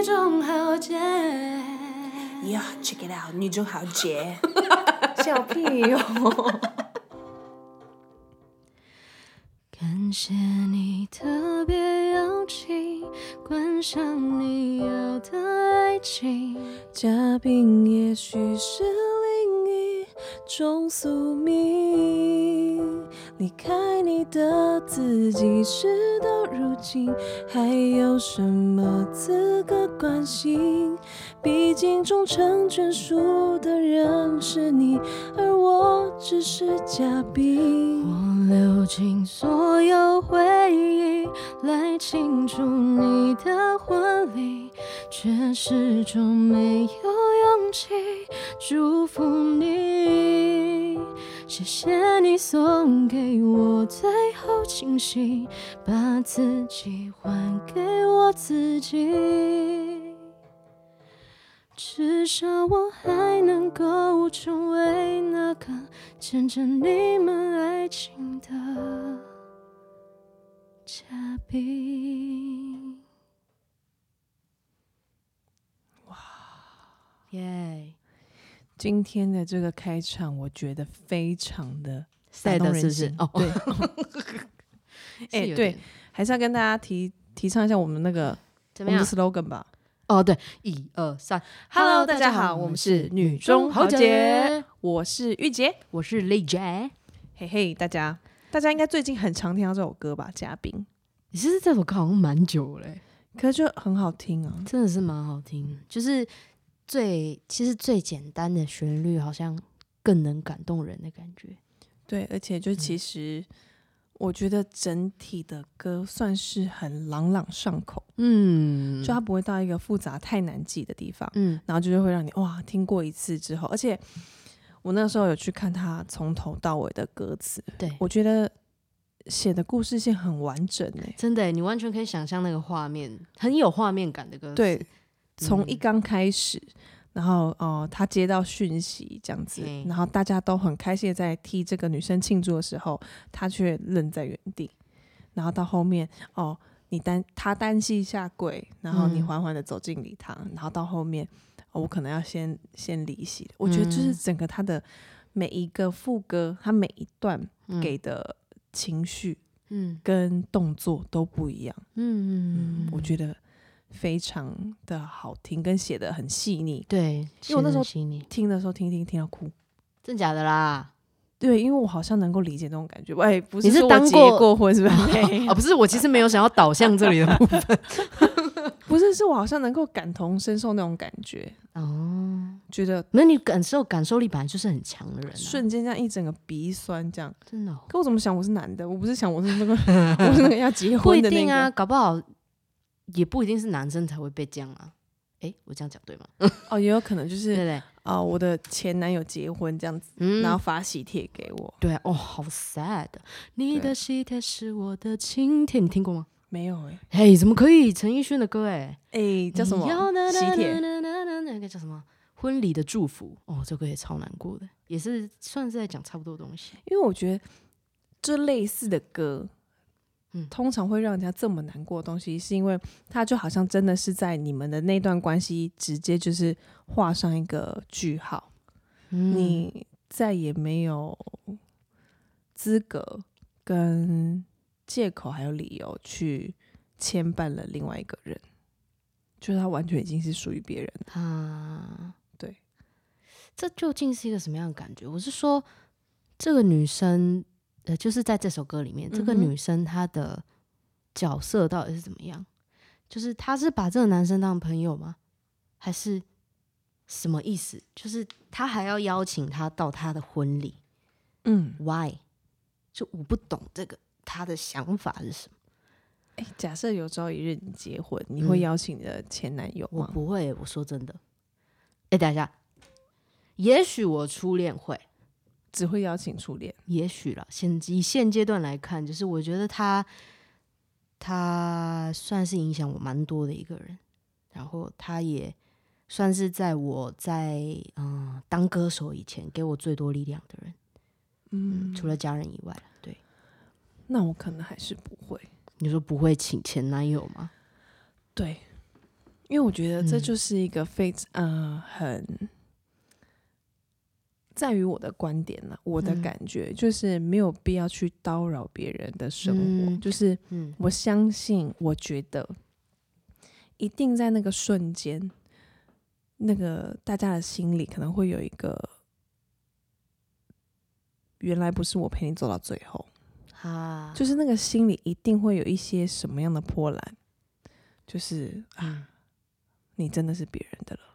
中豪杰。 呀、check it out， 女中豪杰。 笑屁哟、感谢你特别邀请，观赏你要的爱情。 嘉宾也许是另一种宿命，离开你的自己，事到如今还有什么资格关心？毕竟终成眷属的人是你，而我只是嘉宾。 我流尽所有回忆来庆祝你的婚礼，却始终没有勇气祝福你。谢谢你送给我最后惊喜，把自己还给我自己。至少我还能够成为那个见证你们爱情的嘉宾。哇，耶！ 今天的这个开场，我觉得非常的晒的是不是打动人心？ 哦， 对，对，还是要跟大家提倡一下我们那个怎么样我们的 slogan 吧。 哦，对，1、2、3 Hello， 大家好，我们是女中豪杰，我是玉洁， 我是丽姐。 嘿嘿，大家应该最近很常听到这首歌吧？嘉宾， 其实这首歌好像蛮久了， 可是就很好听啊， 真的是蛮好听的，就是其实最简单的旋律，好像更能感动人的感觉。 对，而且就其实我觉得整体的歌算是很朗朗上口，就它不会到一个复杂太难记的地方，然后就是会让你哇听过一次之后，而且我那时候有去看他从头到尾的歌词， 对， 我觉得写的故事线很完整欸， 真的耶，你完全可以想象那个画面，很有画面感的歌词。 对，从一刚开始，然后他接到讯息这样子，然后大家都很开心的在替这个女生庆祝的时候，他却愣在原地，然后到后面他单膝下跪，然后你缓缓的走进礼堂，然后到后面我可能要先离席，我觉得就是整个他的每一个副歌，他每一段给的情绪跟动作都不一样，我觉得非常的好听，跟写的很细腻。 对， 因为我那时候听的时候听到哭， 真假的啦？ 对，因为我好像能够理解那种感觉。哎，不你是说我结当过过婚是不是？ 哦，不是，我其实没有想要导向这里的部分。 不是，是我好像能够感同身受那种感觉。哦，觉得那你感受力本来就是很强的人， 瞬间这样一整个鼻酸这样， 真的。 可我怎么想我是男的？我不是想我是那个我是那个要结婚的那个。 不一定啊，搞不好也不一定是男生才会被这样啊。我这样讲对吗？ 也有可能就是对对我的前男友结婚这样子，然后发喜帖给我。 对啊，好 sad。你的喜帖是我的请帖，你听过吗？ 没有怎么可以？陈奕迅的歌叫什么？喜帖那个叫什么？婚礼的祝福这歌也超难过的，也是算是在讲差不多的东西。 因为我觉得这类似的歌，通常会让人家这么难过的东西，是因为它就好像真的是在你们的那段关系直接就是画上一个句号，你再也没有资格跟借口还有理由去牵绊了另外一个人，就是他完全已经是属于别人了。对， 这究竟是一个什么样的感觉？我是说，这个女生，就是在这首歌里面，这个女生她的角色到底是怎么样？就是她是把这个男生当朋友吗？还是什么意思？就是她还要邀请他到她的婚礼？Why？ 就我不懂这个她的想法是什么？ 假设有朝一日你结婚，你会邀请你的前男友吗？ 我不会，我说真的。等一下，也许我初恋会， 只会邀请初恋， 也许啦。以现阶段来看，就是我觉得他算是影响我蛮多的一个人，然后他也算是在我当歌手以前给我最多力量的人。除了家人以外，对。 那我可能还是不会。 你说不会请前男友吗？ 对， 因为我觉得这就是一个很在于我的观点啦，我的感觉就是没有必要去叨扰别人的生活，就是我相信，我觉得一定在那个瞬间，那个大家的心里可能会有一个，原来不是我陪你走到最后，就是那个心里一定会有一些什么样的波澜，就是你真的是别人的了。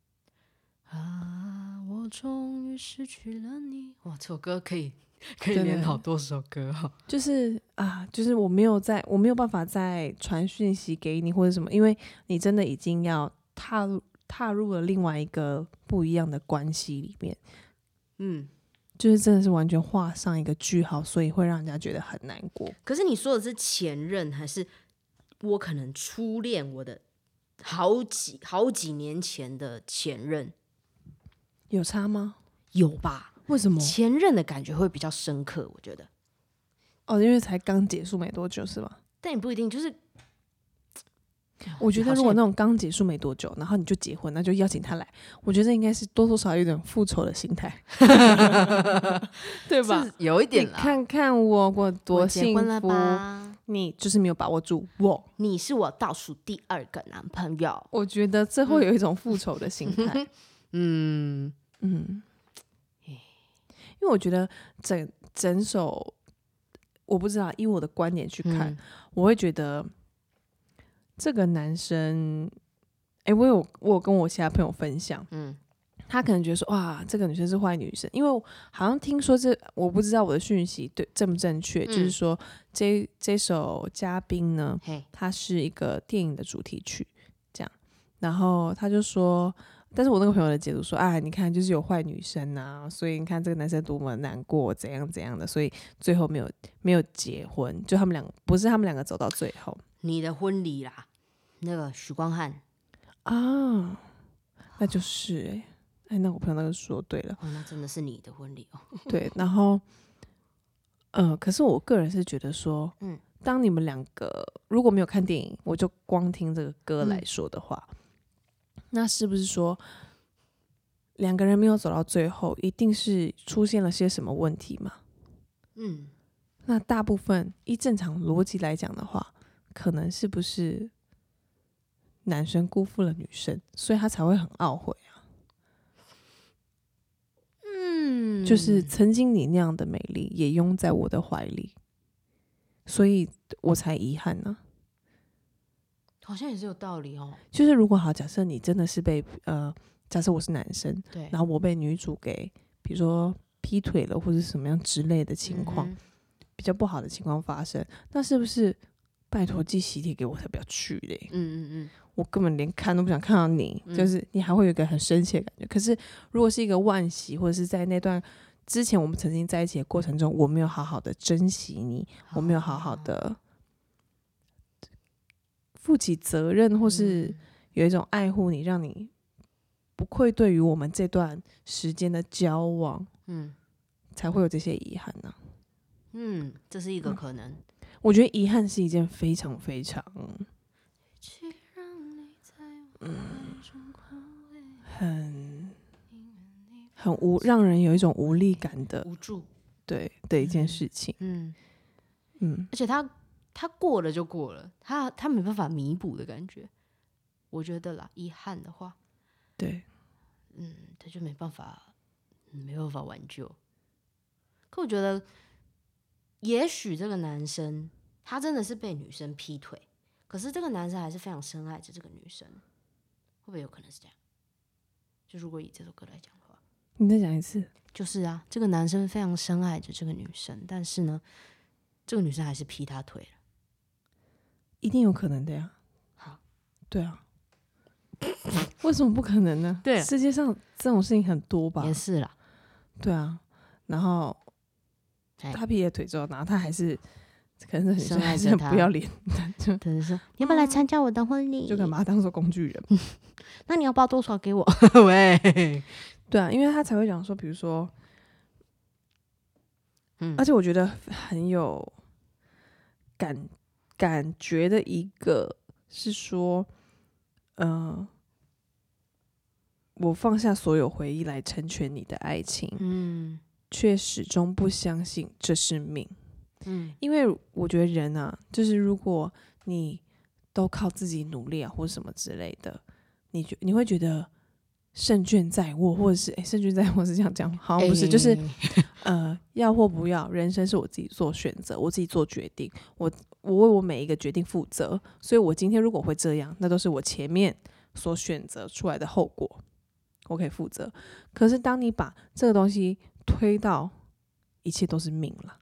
我终于失去了你。哇，这首歌可以连好多首歌哦。 就是我没有办法再传讯息给你或者什么，因为你真的已经要踏入了另外一个不一样的关系里面。就是真的是完全画上一个句号，所以会让人家觉得很难过。 可是你说的是前任，还是我可能初恋？我的好几年前的前任有差吗？ 有吧？ 为什么前任的感觉会比较深刻？我觉得因为才刚结束没多久是吧？ 但也不一定，就是我觉得如果那种刚结束没多久，然后你就结婚，那就邀请他来，我觉得应该是多多少少有点复仇的心态，对吧？ 有一点啦。 你看看我多幸福吧， 你就是没有把握住我， 你是我倒数第2个男朋友。 我觉得这会有一种复仇的心态。因为我觉得整首，我不知道，以我的观点去看，我会觉得这个男生，我有跟我其他朋友分享，他可能觉得说，哇，这个女生是坏女生，因为好像听说我不知道我的讯息正不正确，就是说这首嘉宾呢，它是一个电影的主题曲，这样，然后他就说。但是我那个朋友的解读说，你看就是有坏女生啊，所以你看这个男生多么难过，怎样怎样的，所以最后没有结婚，就不是他们两个走到最后。 你的婚礼啦，那个许光汉那就是那我朋友那个说对了， 那真的是你的婚礼哦。 对，然后可是我个人是觉得说，当你们两个如果没有看电影，我就光听这个歌来说的话。那是不是说两个人没有走到最后，一定是出现了些什么问题吗？那大部分依正常逻辑来讲的话，可能是不是男生辜负了女生，所以他才会很懊悔啊？就是曾经你那样的美丽也拥在我的怀里，所以我才遗憾呢。 好像也是有道理哦。 就是如果好，假设你真的是被假设我是男生， 对， 然后我被女主给比如说劈腿了或者什么样之类的情况，比较不好的情况发生，那是不是拜托寄喜帖给我才不要去嘞？我根本连看都不想看到你，就是你还会有一个很生气的感觉。可是如果是一个惋惜，或者是在那段之前我们曾经在一起的过程中，我没有好好的珍惜你，我没有好好的负起责任，或是有一种爱护你，让你不愧对于我们这段时间的交往，才会有这些遗憾呢。 这是一个可能。 我觉得遗憾是一件非常非常让人有一种无力感的无助， 对的一件事情。 而且他过了就过了，他没办法弥补的感觉，我觉得啦，遗憾的话， 对， 他就没办法挽救。可我觉得，也许这个男生他真的是被女生劈腿，可是这个男生还是非常深爱着这个女生，会不会有可能是这样？就如果以这首歌来讲的话， 你再讲一次。 就是啊，这个男生非常深爱着这个女生，但是呢，这个女生还是劈他腿了。 一定有可能的呀。 好， 对啊，为什么不可能呢？ 对， 世界上这种事情很多吧？ 也是啦。 对啊，然后他劈了腿之后，然后他还是可能是深爱着他， 不要脸， 就说你要不要来参加我的婚礼？ 就可能把他当做工具人。 那你要报多少给我？喂， 对啊，因为他才会讲说，比如说，而且我觉得很有感觉的一个是说， 我放下所有回忆来成全你的爱情，却始终不相信这是命。因为我觉得人啊，就是如果你都靠自己努力啊，或什么之类的，你会觉得胜券在握，或者是胜券在握是这样讲，好像不是，就是要或不要，人生是我自己做选择，我自己做决定，我为我每一个决定负责，所以我今天如果会这样，那都是我前面所选择出来的后果，我可以负责。可是当你把这个东西推到一切都是命了，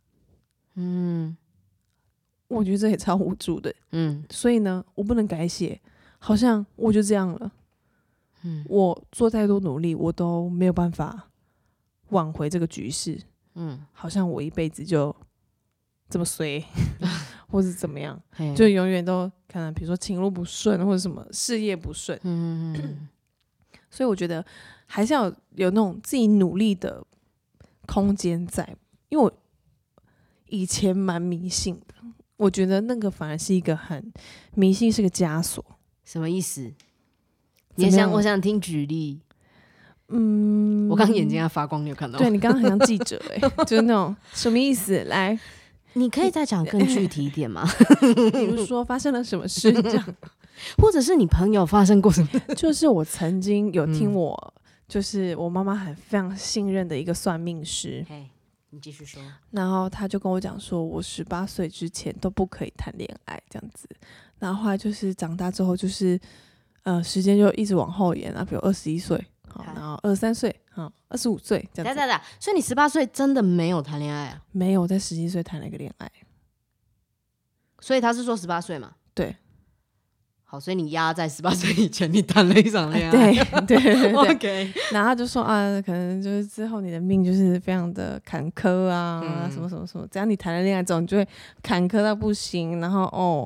我觉得这也超无助的，所以呢，我不能改写，好像我就这样了，我做再多努力，我都没有办法挽回这个局势，好像我一辈子就这么衰，或是怎么样，就永远都可能比如说情路不顺，或者什么事业不顺，所以我觉得还是要有那种自己努力的空间在，因为我以前蛮迷信的，我觉得那个反而是一个很迷信，是个枷锁。 什么意思？我想听举例。我刚眼睛在发光，你有看到吗？ 对，你刚刚很像记者就是那种什么意思？来， 你可以再讲更具体一点吗？ 比如说发生了什么事这样， 或者是你朋友发生过什么？ 就是我曾经有听就是我妈妈非常信任的一个算命师， 你继续说。 然后他就跟我讲说，我18岁之前都不可以谈恋爱这样子。然后后来就是长大之后，就是时间就一直往后延啊，比如21岁，然后23岁，25岁这样子。 所以你18岁真的没有谈恋爱啊？ 没有，我在17岁谈了一个恋爱。 所以他是说18岁嘛？ 对。 好，所以你压在18岁以前，你谈了一场恋爱。 对 OK。 然后他就说啊，可能就是之后你的命就是非常的坎坷啊，什么什么什么，只要你谈了恋爱之后，你就会坎坷到不行，然后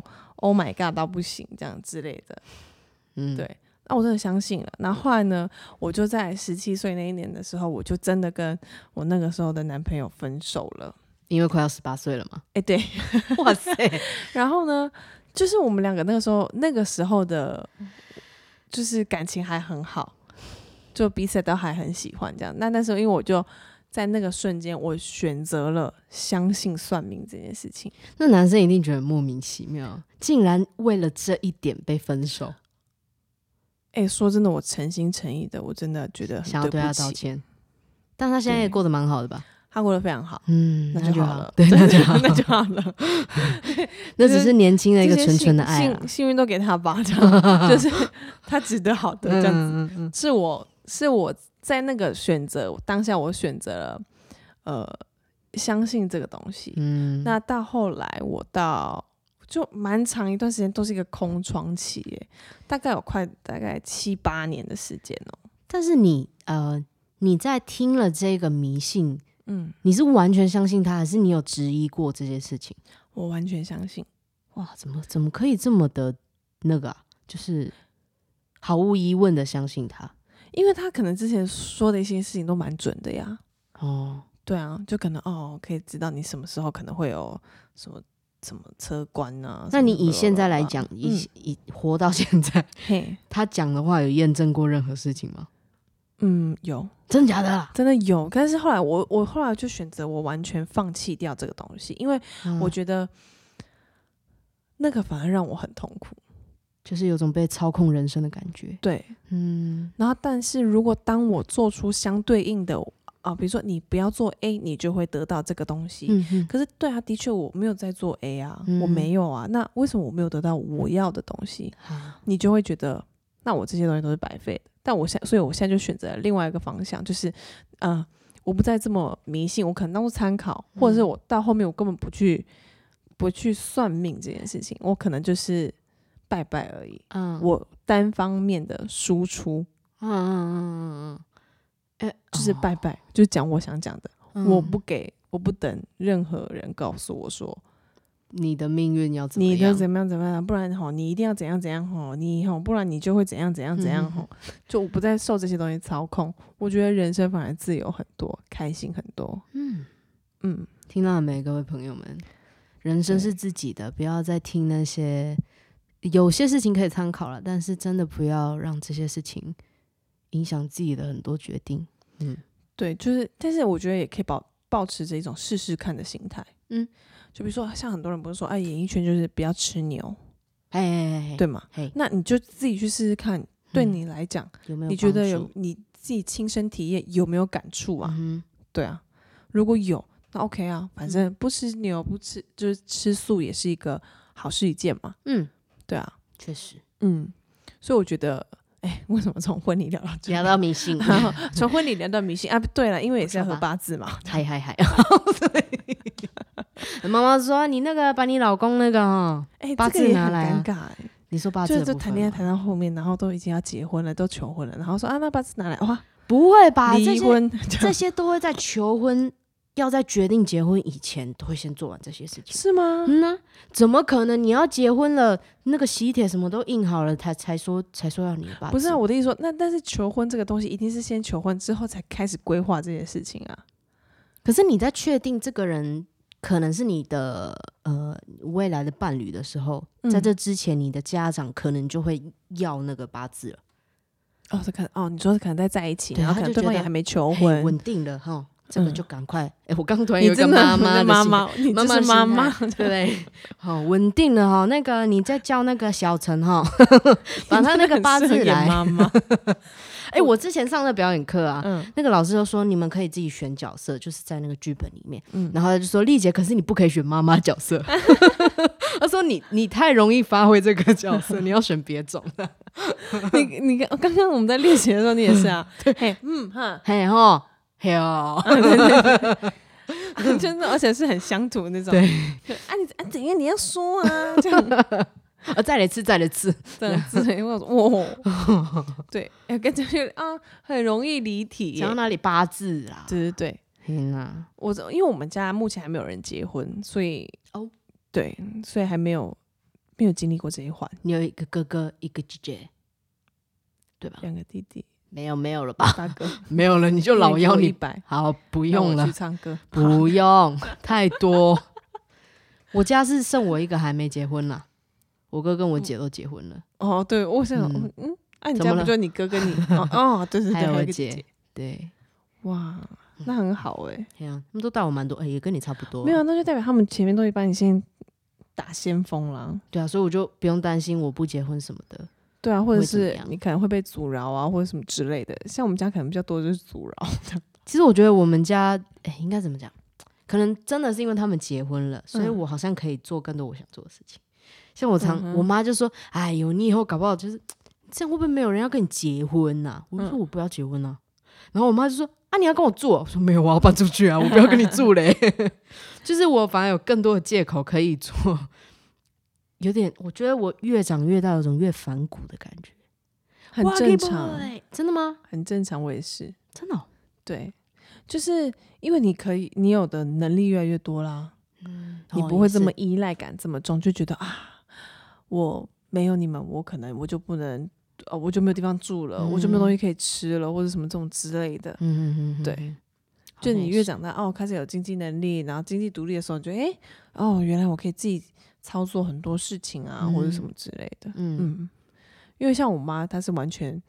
Oh my God 到不行这样之类的。对。那我真的相信了。然后后来呢，我就在17岁那一年的时候，我就真的跟我那个时候的男朋友分手了， 因为快要18岁了嘛。 对。 哇塞。 然后呢？就是我们两个那个时候的，就是感情还很好，就彼此都还很喜欢这样。那时候因为我就在那个瞬间，我选择了相信算命这件事情。 那男生一定觉得莫名其妙，竟然为了这一点被分手。 说真的，我诚心诚意的，我真的觉得很对不起， 想要对他道歉。但他现在也过得蛮好的吧？ 他过得非常好， 那就好了， 对，那就好了， 那就好了。 那只是年轻的一个纯纯的爱幸运都给他吧，这样就是他值得好的这样子。是我在那个选择当下，我选择了相信这个东西。那到后来，我就蛮长一段时间都是一个空窗期耶，大概7、8年的时间哦。 但是你在听了这个迷信，你是完全相信他，还是你有质疑过这件事情？ 我完全相信。 哇，怎么可以这么的那个啊？就是毫无疑问的相信他， 因为他可能之前说的一些事情都蛮准的呀。对啊，就可能可以知道你什么时候可能会有什么车关啊。 那你以现在来讲，以活到现在，他讲的话有验证过任何事情吗？ 有。 真的假的啊？ 真的有。但是后来我后来就选择我完全放弃掉这个东西，因为我觉得那个反而让我很痛苦， 就是有种被操控人生的感觉。 对。然后但是如果当我做出相对应的比如说你不要做 A， 你就会得到这个东西。可是对啊，的确我没有在做 A 啊，我没有啊，那为什么我没有得到我要的东西？你就会觉得那我这些东西都是白费的。所以我现在就选择了另外一个方向，就是我不再这么迷信，我可能当做参考，或者是我到后面我根本不去算命这件事情，我可能就是拜拜而已。我单方面的输出，就是拜拜，就讲我想讲的，我不等任何人告诉我说你的命运要怎么样， 你的怎么样怎么样，不然你一定要怎样怎样不然你就会怎样怎样怎样就我不再受这些东西操控，我觉得人生反而自由很多，开心很多。 听到了没，各位朋友们？人生是自己的，不要再听那些有些事情可以参考了，但是真的不要让这些事情影响自己的很多决定。 对，就是，但是我觉得也可以保持着一种试试看的心态。就比如说像很多人不是说，演艺圈就是不要吃牛，对吗？那你就自己去试试看，对你来讲， 有没有你觉得你自己亲身体验有没有感触啊？对啊，如果有，那 OK 啊，反正不吃牛不吃，就是吃素也是一个好事一件嘛。对啊， 确实， 所以我觉得，为什么从婚礼聊到迷信， 从婚礼聊到迷信啊？对了，因为也是要合八字嘛。 嗨，妈妈说你那个把你老公那个八字拿来这个也很尴尬你说八字就谈恋爱谈到后面，然后都已经要结婚了，都求婚了，然后说那八字拿来，哇， 不会吧？ 离婚这些都会在求婚要在决定结婚以前都会先做完这些事情， 是吗？ 怎么可能？你要结婚了，那个喜帖什么都印好了，才说要你的八字。 不是啊，我的意思说，但是求婚这个东西一定是先求婚之后才开始规划这些事情啊。 可是你在确定这个人可能是你的未来的伴侣的时候，在这之前，你的家长可能就会要那个八字了。 你说可能在一起，然后可能对方也还没求婚， 稳定了哈。这个就赶快，我刚突然有一个妈妈， 你这是妈妈， 对不对？好，稳定了哈。那个你再叫那个小陈哈，把他那个八字来。 妈妈， 我之前上的表演课啊，那个老师就说你们可以自己选角色，就是在那个剧本里面。然后他就说丽姐，可是你不可以选妈妈角色。他说你太容易发挥这个角色，你要选别种的。 你刚刚我们在练习的时候，你也是啊。 嘿哦， 真的，而且是很乡土那种。 对， 你怎样？你要说啊，这样。 再来一次，这样子。 我说对，感觉很容易离题。 讲到哪里八字啊？ 对。因为我们家目前还没有人结婚，所以对，所以还没有经历过这一环。 你有一个哥哥，一个姐姐，对吧 ？2个弟弟。 没有了吧？ 大哥没有了，你就老幺 100。 好，不用了。 我去唱歌， 不用太多。我家是剩我一个还没结婚啦，我哥跟我姐都结婚了。 对，我想，你家不就你哥跟你？对， 还有我姐。对， 哇，那很好他们都带我蛮多，也跟你差不多。 没有，那就代表他们前面都帮你先打先锋啦。 对啊，所以我就不用担心我不结婚什么的。 对啊，或者是你可能会被阻挠啊，或者什么之类的。像我们家可能比较多就是阻挠。 其实我觉得我们家，应该怎么讲？可能真的是因为他们结婚了，所以我好像可以做更多我想做的事情。像我妈就说：“哎呦，你以后搞不好就是这样，会不会没有人要跟你结婚啊？”我说：“我不要结婚啊。”然后我妈就说：“你要跟我住？”我说：“没有，我要搬出去啊，我不要跟你住嘞。”就是我反而有更多的借口可以做。有点，我觉得我越长越大，有种越反骨的感觉， 很正常。 真的吗？ 很正常，我也是。 真的对，就是因为你有的能力越来越多啦，你不会这么依赖感这么重，就觉得我没有你们，我就不能，我就没有地方住了，我就没有东西可以吃了，或者什么这种之类的。对。就你越长大，开始有经济能力，然后经济独立的时候，你就原来我可以自己操作很多事情啊，或者什么之类的。因为像我妈，她是完全，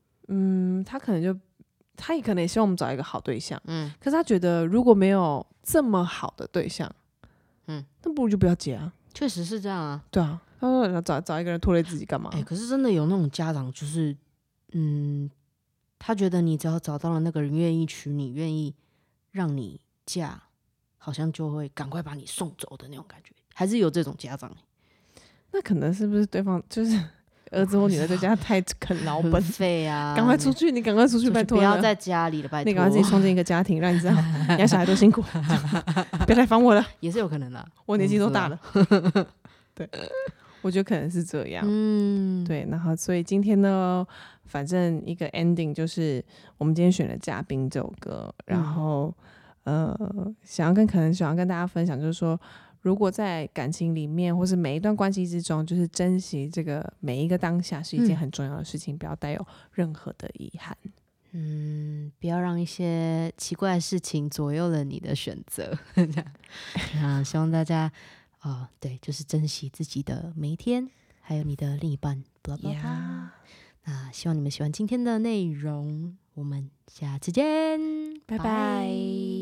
她也可能也希望我们找一个好对象，可是她觉得如果没有这么好的对象，那不如就不要结啊。 确实是这样啊。 对啊，她说找一个人拖累自己干嘛？ 可是真的有那种家长，就是他觉得你只要找到了那个人愿意娶你，愿意让你嫁，好像就会赶快把你送走的那种感觉，还是有这种家长。 那可能是不是对方就是儿子或女儿在家太啃老本费啊？ 赶快出去，你赶快出去，拜托， 不要在家里了，拜托， 你赶快自己创建一个家庭，让你知道养小孩多辛苦，别来烦我了， 也是有可能的。 我年纪都大了，对，我觉得可能是这样。对，然后所以今天呢，反正一个 ending 就是我们今天选了嘉宾这首歌，然后想要跟大家分享，就是说如果在感情里面或是每一段关系之中，就是珍惜这个每一个当下是一件很重要的事情，不要带有任何的遗憾。 不要让一些奇怪的事情左右了你的选择。希望大家对，就是珍惜自己的每一天， 还有你的另一半 blah blah blah。 Yeah 那希望你们喜欢今天的内容，我们下次见， 拜拜。